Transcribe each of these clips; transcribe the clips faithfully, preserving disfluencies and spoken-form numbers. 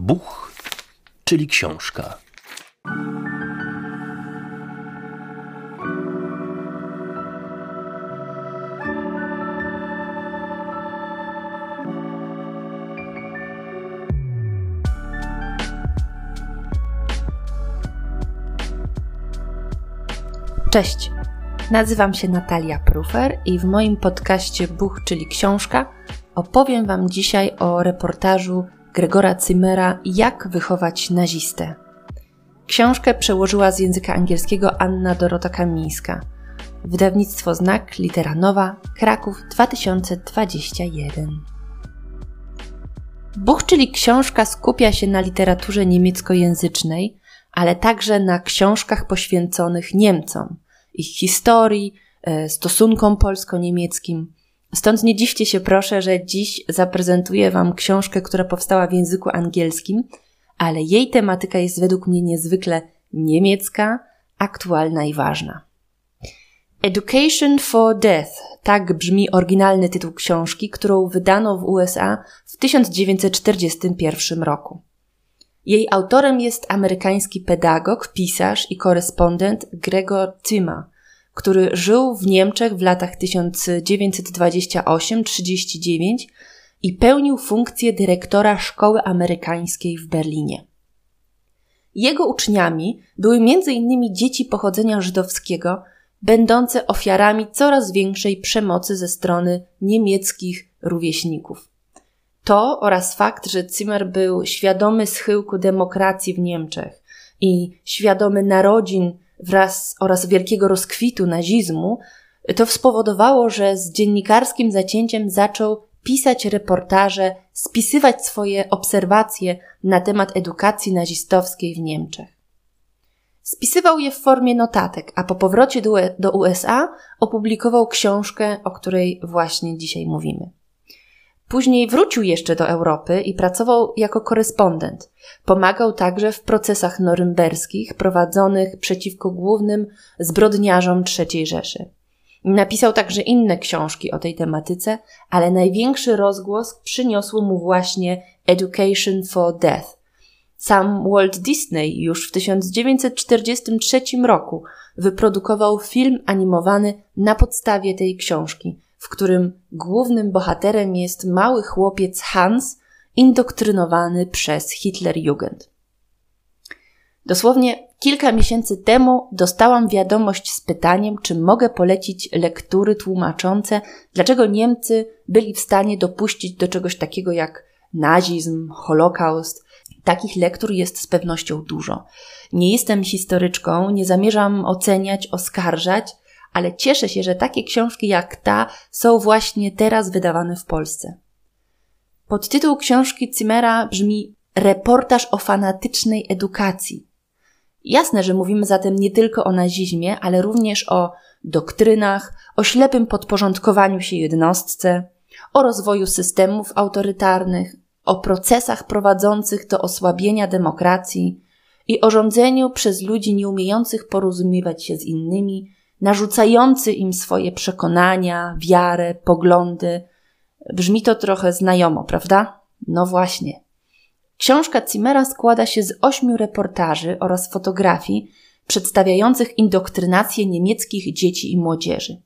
Buch, czyli książka. Cześć, nazywam się Natalia Prufer i w moim podcaście Buch, czyli książka, opowiem Wam dzisiaj o reportażu Gregora Zimmera Jak wychować nazistę. Książkę przełożyła z języka angielskiego Anna Dorota Kamińska. Wydawnictwo Znak, Litera Nowa, Kraków dwa tysiące dwudziesty pierwszy. Buch, czyli książka, skupia się na literaturze niemieckojęzycznej, ale także na książkach poświęconych Niemcom, ich historii, stosunkom polsko-niemieckim. Stąd nie dziwcie się proszę, że dziś zaprezentuję Wam książkę, która powstała w języku angielskim, ale jej tematyka jest według mnie niezwykle niemiecka, aktualna i ważna. Education for Death, tak brzmi oryginalny tytuł książki, którą wydano w U S A w tysiąc dziewięćset czterdziestym pierwszym roku. Jej autorem jest amerykański pedagog, pisarz i korespondent Gregor Zimmer, który żył w Niemczech w latach tysiąc dziewięćset dwudziestym ósmym do trzydziestego dziewiątego i pełnił funkcję dyrektora szkoły amerykańskiej w Berlinie. Jego uczniami były między innymi dzieci pochodzenia żydowskiego, będące ofiarami coraz większej przemocy ze strony niemieckich rówieśników. To oraz fakt, że Zimmer był świadomy schyłku demokracji w Niemczech i świadomy narodzin wraz oraz wielkiego rozkwitu nazizmu, to spowodowało, że z dziennikarskim zacięciem zaczął pisać reportaże, spisywać swoje obserwacje na temat edukacji nazistowskiej w Niemczech. Spisywał je w formie notatek, a po powrocie do, do U S A opublikował książkę, o której właśnie dzisiaj mówimy. Później wrócił jeszcze do Europy i pracował jako korespondent. Pomagał także w procesach norymberskich prowadzonych przeciwko głównym zbrodniarzom trzeciej Rzeszy. Napisał także inne książki o tej tematyce, ale największy rozgłos przyniosło mu właśnie Education for Death. Sam Walt Disney już w tysiąc dziewięćset czterdziestym trzecim roku wyprodukował film animowany na podstawie tej książki, w którym głównym bohaterem jest mały chłopiec Hans, indoktrynowany przez Hitlerjugend. Dosłownie kilka miesięcy temu dostałam wiadomość z pytaniem, czy mogę polecić lektury tłumaczące, dlaczego Niemcy byli w stanie dopuścić do czegoś takiego jak nazizm, Holokaust. Takich lektur jest z pewnością dużo. Nie jestem historyczką, nie zamierzam oceniać, oskarżać, ale cieszę się, że takie książki jak ta są właśnie teraz wydawane w Polsce. Podtytuł książki Zimmera brzmi Reportaż o fanatycznej edukacji. Jasne, że mówimy zatem nie tylko o nazizmie, ale również o doktrynach, o ślepym podporządkowaniu się jednostce, o rozwoju systemów autorytarnych, o procesach prowadzących do osłabienia demokracji i o rządzeniu przez ludzi nieumiejących porozumiewać się z innymi, narzucający im swoje przekonania, wiarę, poglądy. Brzmi to trochę znajomo, prawda? No właśnie. Książka Zimmera składa się z ośmiu reportaży oraz fotografii przedstawiających indoktrynację niemieckich dzieci i młodzieży.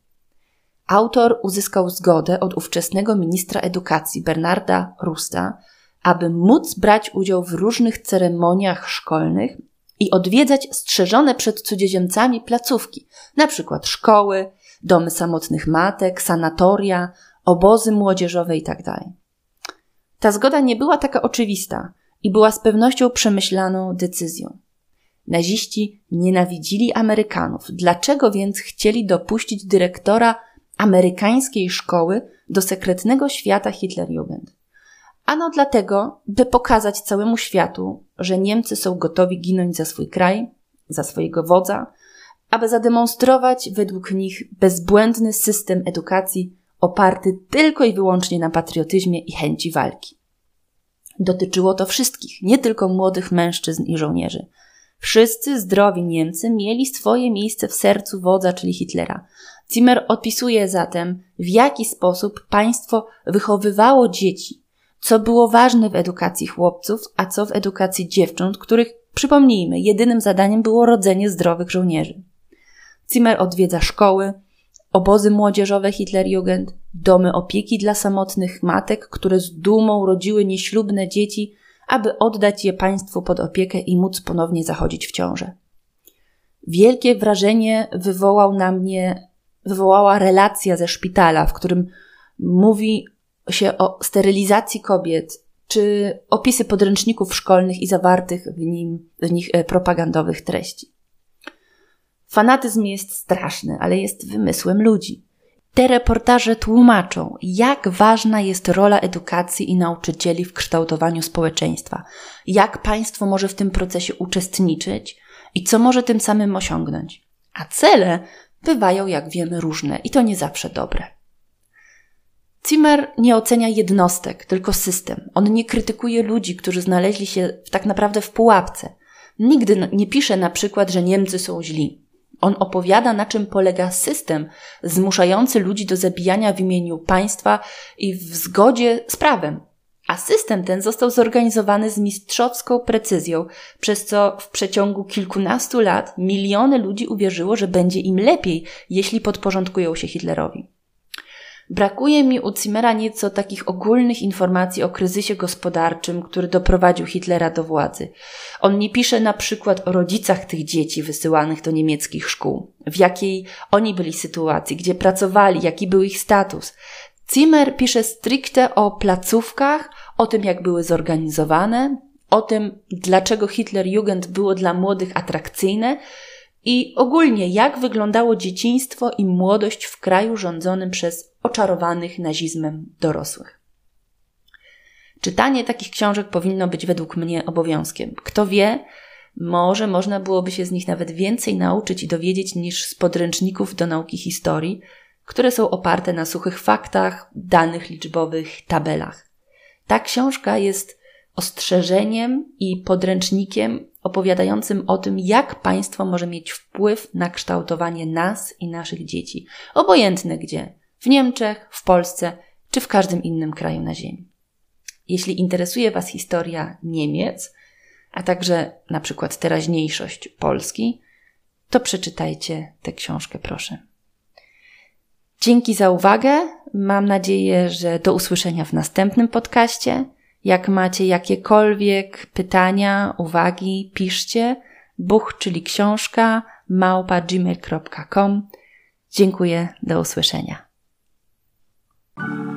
Autor uzyskał zgodę od ówczesnego ministra edukacji Bernarda Rusta, aby móc brać udział w różnych ceremoniach szkolnych i odwiedzać strzeżone przed cudzoziemcami placówki, na przykład szkoły, domy samotnych matek, sanatoria, obozy młodzieżowe itd. Ta zgoda nie była taka oczywista i była z pewnością przemyślaną decyzją. Naziści nienawidzili Amerykanów. Dlaczego więc chcieli dopuścić dyrektora amerykańskiej szkoły do sekretnego świata Hitlerjugend? Ano dlatego, by pokazać całemu światu, że Niemcy są gotowi ginąć za swój kraj, za swojego wodza, aby zademonstrować według nich bezbłędny system edukacji oparty tylko i wyłącznie na patriotyzmie i chęci walki. Dotyczyło to wszystkich, nie tylko młodych mężczyzn i żołnierzy. Wszyscy zdrowi Niemcy mieli swoje miejsce w sercu wodza, czyli Hitlera. Zimmer opisuje zatem, w jaki sposób państwo wychowywało dzieci, co było ważne w edukacji chłopców, a co w edukacji dziewcząt, których, przypomnijmy, jedynym zadaniem było rodzenie zdrowych żołnierzy. Zimmer odwiedza szkoły, obozy młodzieżowe Hitlerjugend, domy opieki dla samotnych matek, które z dumą rodziły nieślubne dzieci, aby oddać je państwu pod opiekę i móc ponownie zachodzić w ciążę. Wielkie wrażenie wywołał na mnie, wywołała relacja ze szpitala, w którym mówi się o sterylizacji kobiet, czy opisy podręczników szkolnych i zawartych w, nim, w nich propagandowych treści. Fanatyzm jest straszny, ale jest wymysłem ludzi. Te reportaże tłumaczą, jak ważna jest rola edukacji i nauczycieli w kształtowaniu społeczeństwa, jak państwo może w tym procesie uczestniczyć i co może tym samym osiągnąć. A cele bywają, jak wiemy, różne i to nie zawsze dobre. Zimmer nie ocenia jednostek, tylko system. On nie krytykuje ludzi, którzy znaleźli się tak naprawdę w pułapce. Nigdy nie pisze na przykład, że Niemcy są źli. On opowiada, na czym polega system zmuszający ludzi do zabijania w imieniu państwa i w zgodzie z prawem. A system ten został zorganizowany z mistrzowską precyzją, przez co w przeciągu kilkunastu lat miliony ludzi uwierzyło, że będzie im lepiej, jeśli podporządkują się Hitlerowi. Brakuje mi u Zimmera nieco takich ogólnych informacji o kryzysie gospodarczym, który doprowadził Hitlera do władzy. On nie pisze na przykład o rodzicach tych dzieci wysyłanych do niemieckich szkół, w jakiej oni byli sytuacji, gdzie pracowali, jaki był ich status. Zimmer pisze stricte o placówkach, o tym, jak były zorganizowane, o tym, dlaczego Hitlerjugend było dla młodych atrakcyjne i ogólnie, jak wyglądało dzieciństwo i młodość w kraju rządzonym przez oczarowanych nazizmem dorosłych. Czytanie takich książek powinno być według mnie obowiązkiem. Kto wie, może można byłoby się z nich nawet więcej nauczyć i dowiedzieć niż z podręczników do nauki historii, które są oparte na suchych faktach, danych liczbowych, tabelach. Ta książka jest ostrzeżeniem i podręcznikiem opowiadającym o tym, jak państwo może mieć wpływ na kształtowanie nas i naszych dzieci. Obojętne gdzie. W Niemczech, w Polsce czy w każdym innym kraju na ziemi. Jeśli interesuje Was historia Niemiec, a także na przykład teraźniejszość Polski, to przeczytajcie tę książkę, proszę. Dzięki za uwagę. Mam nadzieję, że do usłyszenia w następnym podcaście. Jak macie jakiekolwiek pytania, uwagi, piszcie. Buch, czyli książka, małpa gmail kropka com. Dziękuję, do usłyszenia.